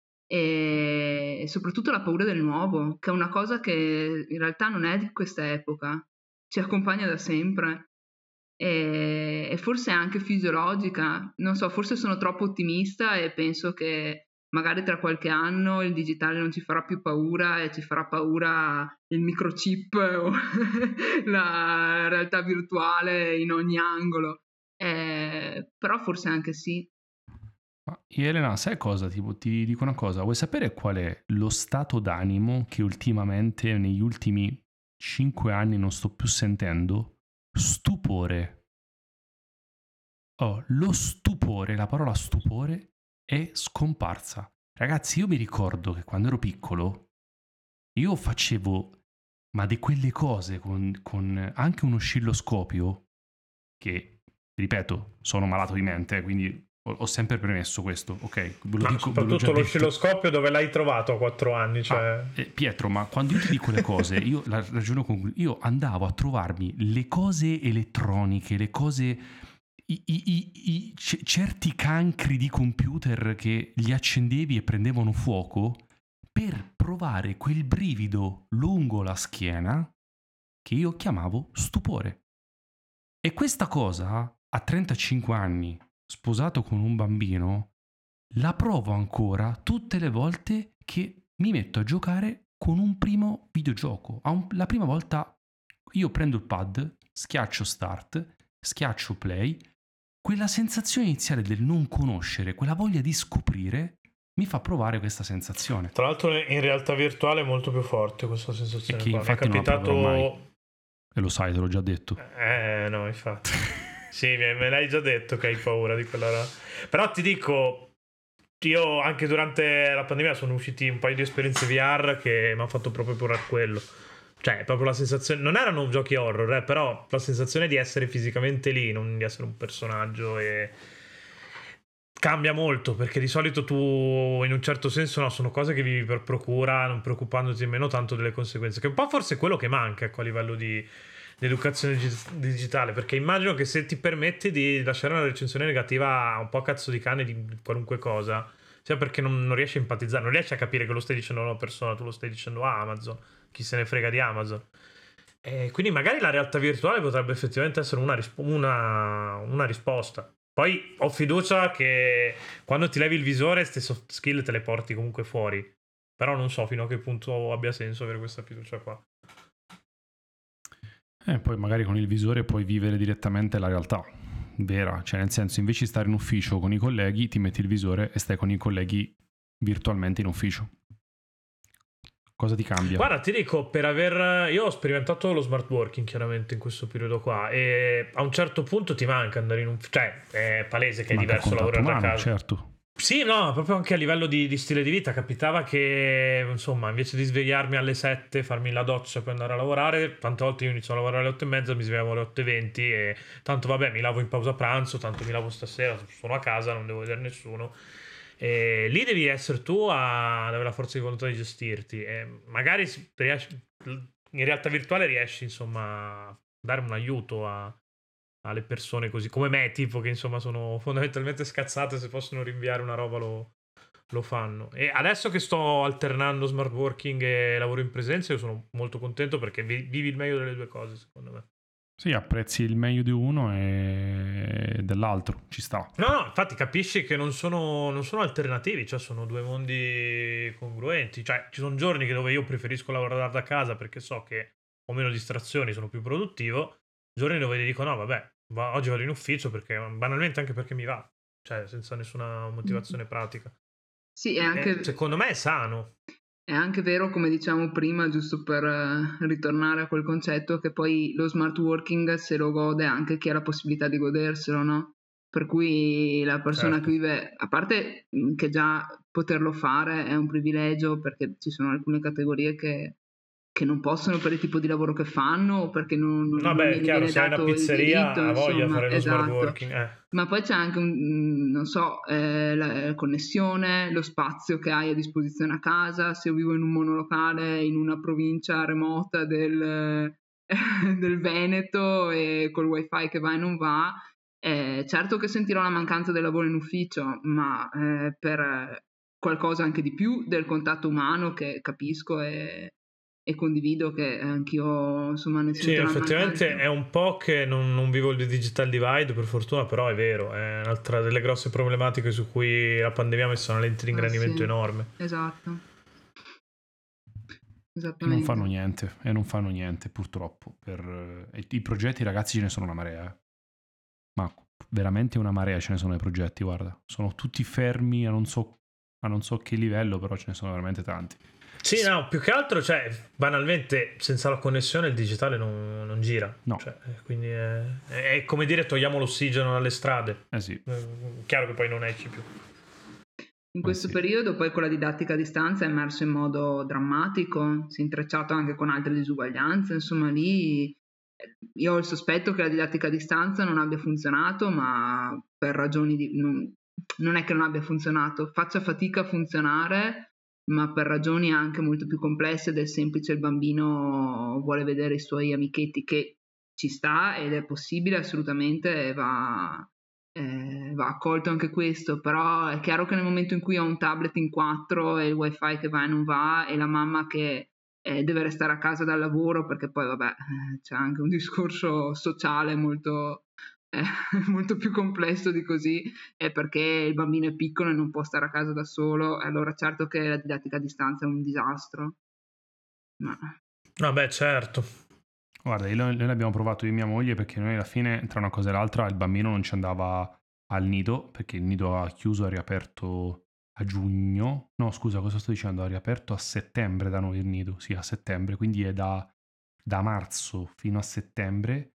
e soprattutto la paura del nuovo, che è una cosa che in realtà non è di questa epoca, ci accompagna da sempre e, e forse è anche fisiologica. Non so, forse sono troppo ottimista e penso che magari tra qualche anno il digitale non ci farà più paura e ci farà paura il microchip o la realtà virtuale in ogni angolo. Eh, però forse anche sì. Ma Elena, sai cosa? Tipo, ti dico una cosa, vuoi sapere qual è lo stato d'animo che ultimamente, negli ultimi cinque anni non sto più sentendo? Stupore. Oh, lo stupore, la parola stupore è scomparsa. Ragazzi, io mi ricordo che quando ero piccolo io facevo, ma di quelle cose con, con anche un oscilloscopio, che, ripeto, sono malato di mente, quindi ho, ho sempre premesso questo, ok? Ve lo ma dico, soprattutto ve l'oscilloscopio dove l'hai trovato a quattro anni? Cioè... Ah, eh, Pietro, ma quando io ti dico le cose, io la ragiono con... Io andavo a trovarmi le cose elettroniche, le cose... I, i, i, i, c- certi cancri di computer che li accendevi e prendevano fuoco per provare quel brivido lungo la schiena che io chiamavo stupore. E questa cosa, a trentacinque anni, sposato con un bambino, la provo ancora tutte le volte che mi metto a giocare con un primo videogioco. Un, la prima volta io prendo il pad, schiaccio start, schiaccio play, quella sensazione iniziale del non conoscere, quella voglia di scoprire, mi fa provare questa sensazione. Tra l'altro in realtà virtuale è molto più forte questa sensazione. E che qua. infatti mi è capitato... non la proverò mai. E lo sai, te l'ho già detto. Eh, no, infatti. Sì, me l'hai già detto che hai paura di quella... Però ti dico, io anche durante la pandemia sono usciti un paio di esperienze V R che mi hanno fatto proprio provare quello. Cioè, proprio la sensazione... Non erano giochi horror, eh, però la sensazione di essere fisicamente lì, non di essere un personaggio e... Cambia molto, perché di solito tu in un certo senso no, sono cose che vivi per procura, non preoccupandoti nemmeno tanto delle conseguenze, che un po' forse è quello che manca, ecco, a livello di, di educazione digitale, perché immagino che se ti permetti di lasciare una recensione negativa un po' a cazzo di cane di qualunque cosa, sia perché non, non riesci a empatizzare, non riesci a capire che lo stai dicendo a una persona, tu lo stai dicendo a Amazon, chi se ne frega di Amazon. E quindi magari la realtà virtuale potrebbe effettivamente essere una, risp- una, una risposta. Poi ho fiducia che quando ti levi il visore queste soft skill te le porti comunque fuori, però non so fino a che punto abbia senso avere questa fiducia qua. E poi magari con il visore puoi vivere direttamente la realtà vera, cioè nel senso, invece di stare in ufficio con i colleghi, ti metti il visore e stai con i colleghi virtualmente in ufficio. Cosa ti cambia? Guarda, ti dico, per aver... Io ho sperimentato lo smart working chiaramente in questo periodo qua, e a un certo punto ti manca andare in un... Cioè, è palese che è Manca diverso il contatto lavorare da umano, casa. certo. Sì, no, proprio anche a livello di, di stile di vita. Capitava che, insomma, invece di svegliarmi alle sette, farmi la doccia per andare a lavorare, tante volte io inizio a lavorare alle otto e mezza, mi svegliavo alle otto e venti e tanto vabbè, mi lavo in pausa pranzo, tanto mi lavo stasera, sono a casa, non devo vedere nessuno. E lì devi essere tu a ad avere la forza di volontà di gestirti, e magari riesci, in realtà virtuale riesci, insomma, a dare un aiuto a alle persone così come me, tipo, che insomma sono fondamentalmente scazzate, se possono rinviare una roba lo, lo fanno. E adesso che sto alternando smart working e lavoro in presenza, io sono molto contento, perché vi- vivi il meglio delle due cose, secondo me. Sì, apprezzi il meglio di uno e dell'altro, ci sta. No, no, infatti capisci che non sono, non sono alternativi, cioè sono due mondi congruenti. Cioè, ci sono giorni che dove io preferisco lavorare da casa perché so che ho meno distrazioni, sono più produttivo, giorni dove ti dico no, vabbè, va- oggi vado in ufficio perché banalmente anche perché mi va, cioè senza nessuna motivazione pratica. Sì, è E anche, secondo me è sano. è anche vero, come diciamo prima, giusto per eh, ritornare a quel concetto, che poi lo smart working se lo gode anche chi ha la possibilità di goderselo, no? Per cui la persona Certo. che vive, a parte mh, che già poterlo fare è un privilegio, perché ci sono alcune categorie che, che non possono per il tipo di lavoro che fanno, o perché non, non Vabbè, non è gli chiaro, viene se hai una dato il pizzeria diritto, ha voglia di insomma, fare lo smart esatto. working. Eh. Ma poi c'è anche un, mm, non so, eh, la la connessione, lo spazio che hai a disposizione a casa. Se io vivo in un monolocale in una provincia remota del, del Veneto e col wifi che va e non va, eh, certo che sentirò la mancanza del lavoro in ufficio, ma eh, per qualcosa anche di più del contatto umano, che capisco e, e condivido, che anch'io insomma ne Sì, sento la effettivamente mancanza. è un po' che non, non vivo il digital divide, per fortuna, però è vero, è un'altra delle grosse problematiche su cui la pandemia ha messo una lente di Ah, ingrandimento sì, enorme. esatto, E non fanno esattamente. niente, e non fanno niente purtroppo. Per... e i progetti, ragazzi, ce ne sono una marea. eh. Ma veramente una marea ce ne sono i progetti, guarda. Sono tutti fermi a non so, a non so che livello, però ce ne sono veramente tanti. Sì, no, più che altro, cioè, banalmente, senza la connessione il digitale non, non gira. No. Cioè, eh, quindi è, è- è come dire togliamo l'ossigeno dalle strade. Eh sì. Eh, Chiaro che poi non esci più. In Eh questo sì. periodo poi con la didattica a distanza è emerso in modo drammatico, si è intrecciato anche con altre disuguaglianze, insomma lì eh, io ho il sospetto che la didattica a distanza non abbia funzionato, ma per ragioni di... non, non è che non abbia funzionato, faccia fatica a funzionare, ma per ragioni anche molto più complesse del semplice il bambino vuole vedere i suoi amichetti, che ci sta ed è possibile assolutamente e va... Eh, va accolto anche questo, però è chiaro che nel momento in cui ho un tablet in quattro e il wifi che va e non va e la mamma che eh, deve restare a casa dal lavoro, perché poi vabbè eh, c'è anche un discorso sociale molto, eh, molto più complesso di così, è perché il bambino è piccolo e non può stare a casa da solo, allora certo che la didattica a distanza è un disastro. Ma... Vabbè, certo. Guarda, noi, noi l'abbiamo provato io e mia moglie, perché noi alla fine, tra una cosa e l'altra, il bambino non ci andava al nido, perché il nido ha chiuso, ha riaperto a giugno. No, scusa, cosa sto dicendo? Ha riaperto a settembre da noi il nido, sì, a settembre, quindi è da, da marzo fino a settembre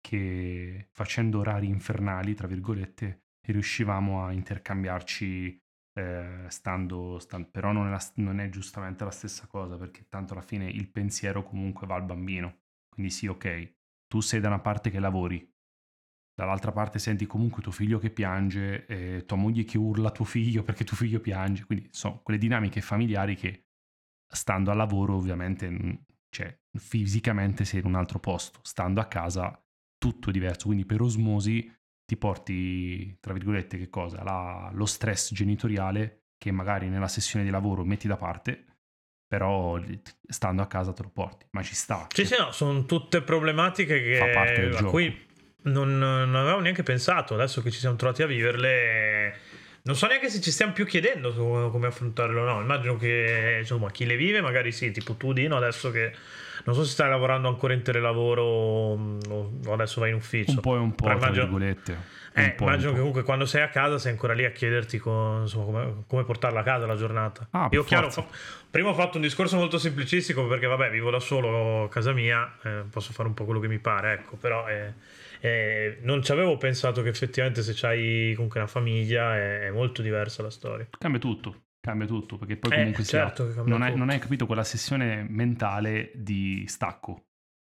che, facendo orari infernali, tra virgolette, riuscivamo a intercambiarci eh, stando, stan- però non è, la- non è giustamente la stessa cosa, perché tanto alla fine il pensiero comunque va al bambino. Quindi sì, ok, tu sei da una parte che lavori, dall'altra parte senti comunque tuo figlio che piange, eh, tua moglie che urla a tuo figlio perché tuo figlio piange, quindi sono quelle dinamiche familiari che, stando al lavoro, ovviamente, mh, cioè, fisicamente sei in un altro posto, stando a casa tutto è diverso, quindi per osmosi ti porti, tra virgolette, che cosa? La- lo stress genitoriale che magari nella sessione di lavoro metti da parte, però stando a casa te lo porti, ma ci sta. Sì, sì, no, sono tutte problematiche Fa parte del che, a gioco. cui non, non avevamo neanche pensato. Adesso che ci siamo trovati a viverle, non so neanche se ci stiamo più chiedendo come, come affrontarle o no. Immagino che, insomma, chi le vive magari sì, tipo tu Dino, adesso che Non so se stai lavorando ancora in telelavoro o adesso vai in ufficio. Un po' e un po', tra immagino, virgolette. Eh, po immagino che comunque quando sei a casa sei ancora lì a chiederti con, insomma, come, come portarla a casa la giornata. Ah, Io chiaro, forza. fa, prima ho fatto un discorso molto semplicistico perché vabbè, vivo da solo a casa mia, eh, posso fare un po' quello che mi pare, ecco, però eh, eh, non ci avevo pensato che effettivamente se c'hai comunque una famiglia è, è molto diversa la storia. Cambia tutto, cambia tutto, perché poi Eh, comunque sia, certo che cambia non, hai, tutto. non hai capito quella sessione mentale di stacco,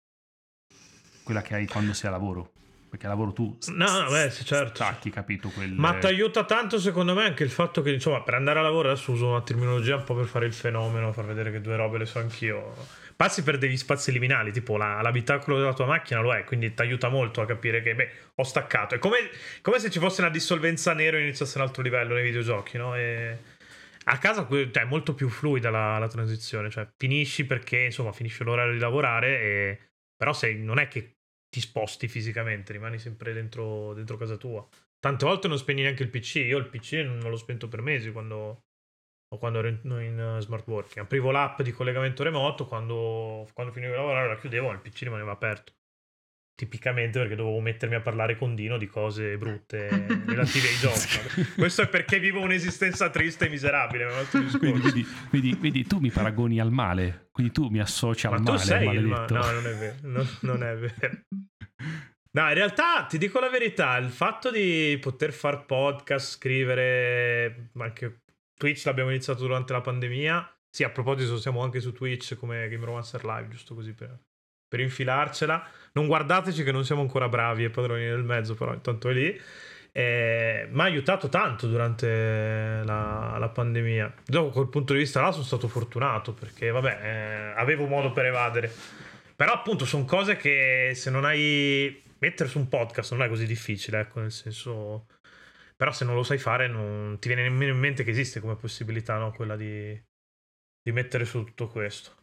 quella che hai quando sei a lavoro. Perché a lavoro tu st- No, no, beh, sì, certo. stacchi, capito? Quelle... Ma ti aiuta tanto secondo me anche il fatto che, insomma, per andare a lavoro, adesso uso una terminologia un po' per fare il fenomeno, far vedere che due robe le so anch'io. Passi per degli spazi liminali, tipo la, l'abitacolo della tua macchina lo è, quindi ti aiuta molto a capire che, beh, ho staccato. È come, come se ci fosse una dissolvenza nero e iniziasse un altro livello nei videogiochi, no? E a casa cioè, è molto più fluida la, la transizione, cioè finisci perché, insomma, finisce l'orario di lavorare, e... però sei, non è che ti sposti fisicamente, rimani sempre dentro, dentro casa tua. Tante volte non spegni neanche il P C. Io il P C non l'ho spento per mesi quando, o quando ero in, in smart working. Aprivo l'app di collegamento remoto, quando, quando finivo di lavorare la chiudevo, ma il P C rimaneva aperto. Tipicamente perché dovevo mettermi a parlare con Dino di cose brutte relative ai giochi. Questo è perché vivo un'esistenza triste e miserabile. Quindi, vedi, vedi, vedi, tu mi paragoni al male, quindi tu mi associ al ma male. Tu sei il ma- maledetto. no, non è vero. No, non è vero. No, in realtà ti dico la verità, il fatto di poter far podcast, scrivere, anche Twitch l'abbiamo iniziato durante la pandemia. Sì, a proposito siamo anche su Twitch come Gameromancer Live, giusto così per, per infilarcela. Non guardateci che non siamo ancora bravi e padroni nel mezzo, però intanto è lì. Eh, mi ha aiutato tanto durante la, la pandemia. Da quel punto di vista là sono stato fortunato perché vabbè, eh, avevo modo per evadere. Però appunto sono cose che se non hai... Mettere su un podcast non è così difficile, ecco, nel senso... Però se non lo sai fare non ti viene nemmeno in mente che esiste come possibilità, no? Quella di, di mettere su tutto questo.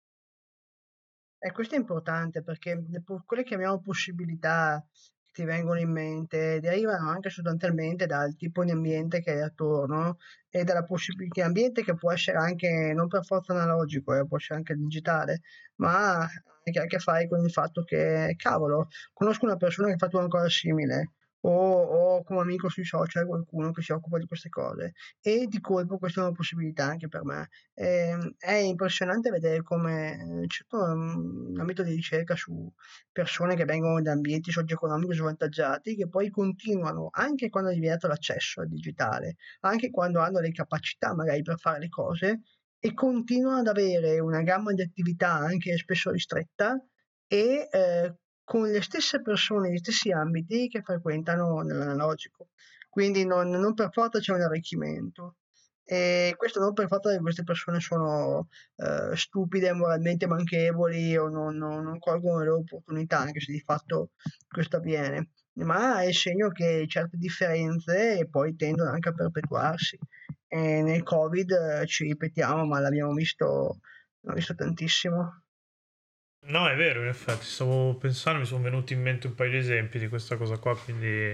E questo è importante perché le po- quelle che chiamiamo possibilità che ti vengono in mente derivano anche sostanzialmente dal tipo di ambiente che hai attorno e dalla possibilità di ambiente che può essere anche non per forza analogico, eh, può essere anche digitale, ma che ha a che fare con il fatto che, cavolo, conosco una persona che ha fatto una cosa simile. O ho come amico sui social qualcuno che si occupa di queste cose e di colpo questa è una possibilità anche per me. Ehm, è impressionante vedere come eh, c'è tutto un ambito di ricerca su persone che vengono da ambienti socio-economici svantaggiati, che poi continuano, anche quando è diventato l'accesso al digitale, anche quando hanno le capacità magari per fare le cose, e continuano ad avere una gamma di attività anche spesso ristretta e eh, con le stesse persone, gli stessi ambiti che frequentano nell'analogico. Quindi non, non per forza c'è un arricchimento. E questo non per fatto che queste persone sono eh, stupide, moralmente manchevoli o non, non- non colgono le loro opportunità, anche se di fatto questo avviene, ma è il segno che certe differenze poi tendono anche a perpetuarsi. E nel Covid eh, ci ripetiamo, ma l'abbiamo visto, l'abbiamo visto tantissimo. No, è vero, in effetti, stavo pensando, mi sono venuti in mente un paio di esempi di questa cosa qua, quindi...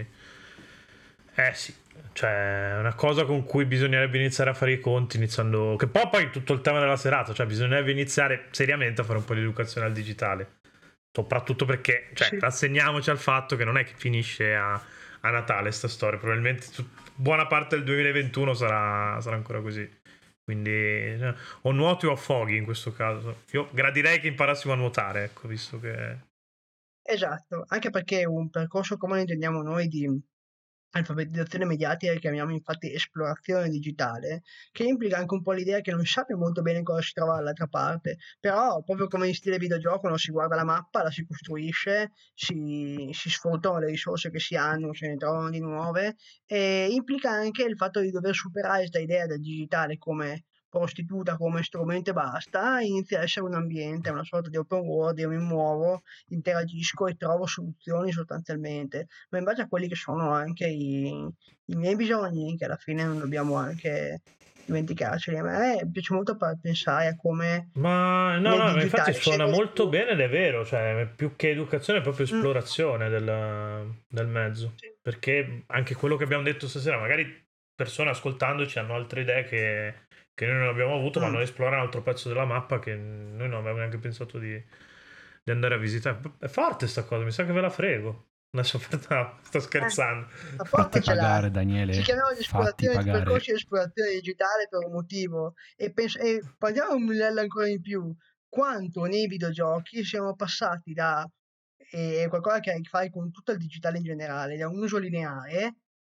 Eh sì, cioè è una cosa con cui bisognerebbe iniziare a fare i conti, iniziando... Che poi poi tutto il tema della serata, cioè bisognerebbe iniziare seriamente a fare un po' di educazione al digitale. Soprattutto perché, cioè, Sì. rassegniamoci al fatto che non è che finisce a, a Natale sta storia, probabilmente tut- buona parte del duemilaventuno sarà, sarà ancora così. Quindi eh, o nuoti o affoghi in questo caso. Io gradirei che imparassimo a nuotare, ecco, visto che... Esatto, anche perché un percorso come lo intendiamo noi di alfabetizzazione mediatica, che chiamiamo infatti esplorazione digitale, che implica anche un po' l'idea che non si sappia molto bene cosa si trova dall'altra parte, però proprio come in stile videogioco no, si guarda la mappa, la si costruisce, si, si sfruttano le risorse che si hanno, se ne trovano di nuove, e implica anche il fatto di dover superare questa idea del digitale come prostituta, come strumento e basta, inizia a essere un ambiente, una sorta di open world, io mi muovo, interagisco e trovo soluzioni sostanzialmente, ma in base a quelli che sono anche i, i miei bisogni, che alla fine non dobbiamo anche dimenticarceli. A me piace molto pa- pensare a come Ma no, nel no, ma infatti digitale sia suona così. molto bene ed è vero, cioè più che educazione è proprio Mm, esplorazione del, del mezzo. sì. Perché anche quello che abbiamo detto stasera, magari persone ascoltandoci hanno altre idee che, che noi non abbiamo avuto, mm. vanno ad esplorare un altro pezzo della mappa che noi non avevamo neanche pensato di, di andare a visitare. È forte sta cosa, mi sa che ve la frego. Adesso no, sto scherzando. Eh, fatti pagare, Daniele. Si chiamano gli esplorazioni di percorsi di esplorazione digitale per un motivo. E, penso, e parliamo un livello ancora in più. Quanto nei videogiochi siamo passati da eh, qualcosa che ha a che fare con tutto il digitale in generale, da un uso lineare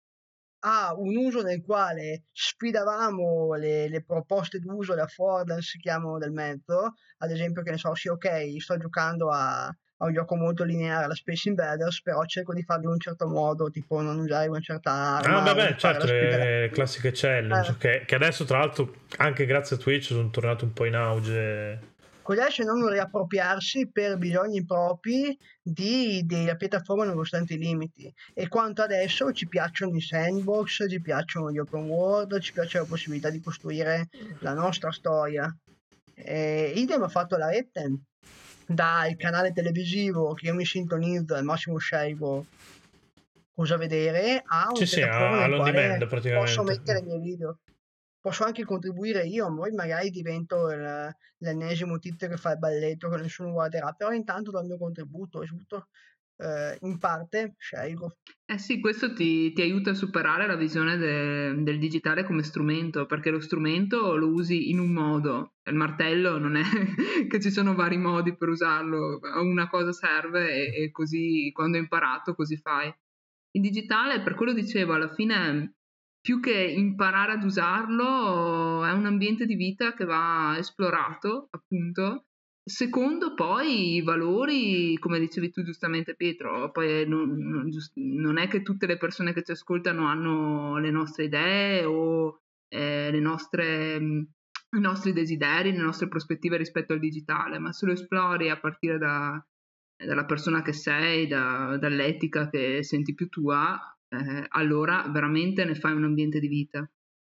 a un uso nel quale sfidavamo le, le proposte d'uso, le affordance, si chiamano, del mezzo. Ad esempio, che ne so, sì, ok, sto giocando a, a un gioco molto lineare, la Space Invaders, però cerco di farlo in un certo modo, tipo non usare una certa arma. Ah, vabbè, certo, le classiche challenge, eh. che, che adesso tra l'altro anche grazie a Twitch sono tornate un po' in auge. Con riesce a non riappropriarsi per bisogni propri di, della piattaforma nonostante i limiti. E quanto adesso ci piacciono i sandbox, ci piacciono gli open world, ci piace la possibilità di costruire la nostra storia. E idem ha fatto la rete, dal canale televisivo che io mi sintonizzo, al massimo scelgo cosa vedere, a un sì, sì, nel quale demand, praticamente. Posso mettere i miei video. Posso anche contribuire io, poi magari divento il, l'ennesimo tizio che fa il balletto che nessuno guarderà, però intanto do il mio contributo e soprattutto eh, in parte scelgo. Eh sì, questo ti, ti aiuta a superare la visione de, del digitale come strumento, perché lo strumento lo usi in un modo, il martello non è che ci sono vari modi per usarlo, una cosa serve e, e così quando hai imparato così fai. Il digitale, per quello dicevo, alla fine più che imparare ad usarlo, è un ambiente di vita che va esplorato, appunto. Secondo poi i valori, come dicevi tu giustamente Pietro, poi non, non, non è che tutte le persone che ci ascoltano hanno le nostre idee o eh, le nostre, i nostri desideri, le nostre prospettive rispetto al digitale, ma se lo esplori a partire da, dalla persona che sei, da, dall'etica che senti più tua, Eh, allora veramente ne fai un ambiente di vita.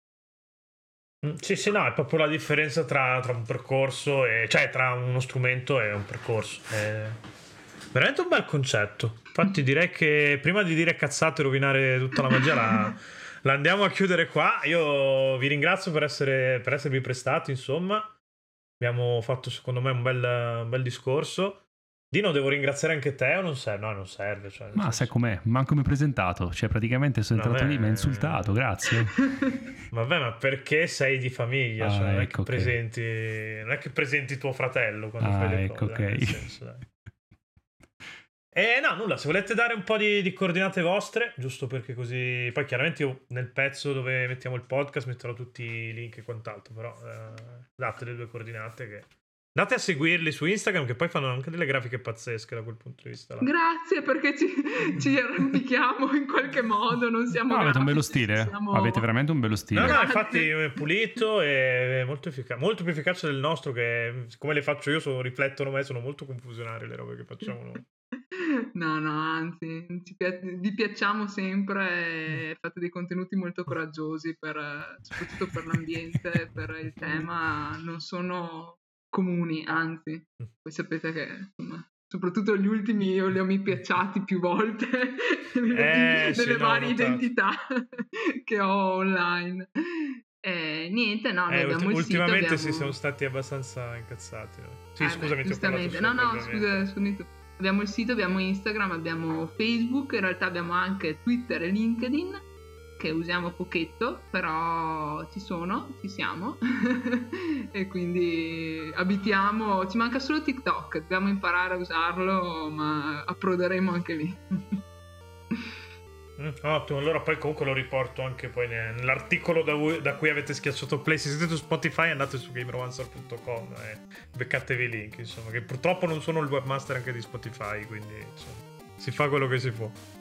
Sì, sì, no, è proprio la differenza tra, tra un percorso e cioè tra uno strumento e un percorso. È veramente un bel concetto. Infatti direi che prima di dire cazzate e rovinare tutta la magia la, la andiamo a chiudere qua. Io vi ringrazio per essere per esservi prestati, insomma. Abbiamo fatto secondo me un bel, un bel discorso. Dino, devo ringraziare anche te o non serve? No, non serve. Cioè, ma senso... sai com'è? Manco mi ho presentato. Cioè, praticamente sono entrato Vabbè... lì, mi ha insultato, grazie. Vabbè, ma perché sei di famiglia? Ah, cioè, non, ecco è che presenti... non è che presenti tuo fratello quando ah, fai le ecco, cose. Ok, nel senso, dai. E no, nulla, se volete dare un po' di, di coordinate vostre, giusto perché così... Poi chiaramente io nel pezzo dove mettiamo il podcast metterò tutti i link e quant'altro, però eh, date le due coordinate che... Andate a seguirli su Instagram che poi fanno anche delle grafiche pazzesche da quel punto di vista là. Grazie, perché ci, ci arrampichiamo in qualche modo, non siamo no, grafici, avete un bello stile, siamo... avete veramente un bello stile. No, no, infatti è pulito e molto efficace, molto più efficace del nostro che come le faccio io, sono, riflettono me, sono molto confusionarie le robe che facciamo noi. No, no, anzi, ci pi- vi piacciamo sempre e fate dei contenuti molto coraggiosi, per, soprattutto per l'ambiente, per il tema, non sono... comuni, anzi, voi sapete che insomma, soprattutto gli ultimi io li ho mi piacciati più volte eh, delle sì, varie no, identità che ho online. E niente, no, noi eh, abbiamo ulti- il sito, ultimamente abbiamo... si sono stati abbastanza incazzati. Sì, eh scusami, beh, giustamente. No, no, scusa, scusami tu. Abbiamo il sito, abbiamo Instagram, abbiamo Facebook, in realtà abbiamo anche Twitter e LinkedIn, che usiamo pochetto, però ci sono, ci siamo e quindi abitiamo, ci manca solo TikTok, dobbiamo imparare a usarlo, ma approderemo anche lì. Mm, ottimo, allora poi comunque lo riporto anche poi nell'articolo da, voi, da cui avete schiacciato play. Se siete su Spotify andate su gameromancer punto com e beccatevi i link, insomma, che purtroppo non sono il webmaster anche di Spotify, quindi insomma, si fa quello che si può.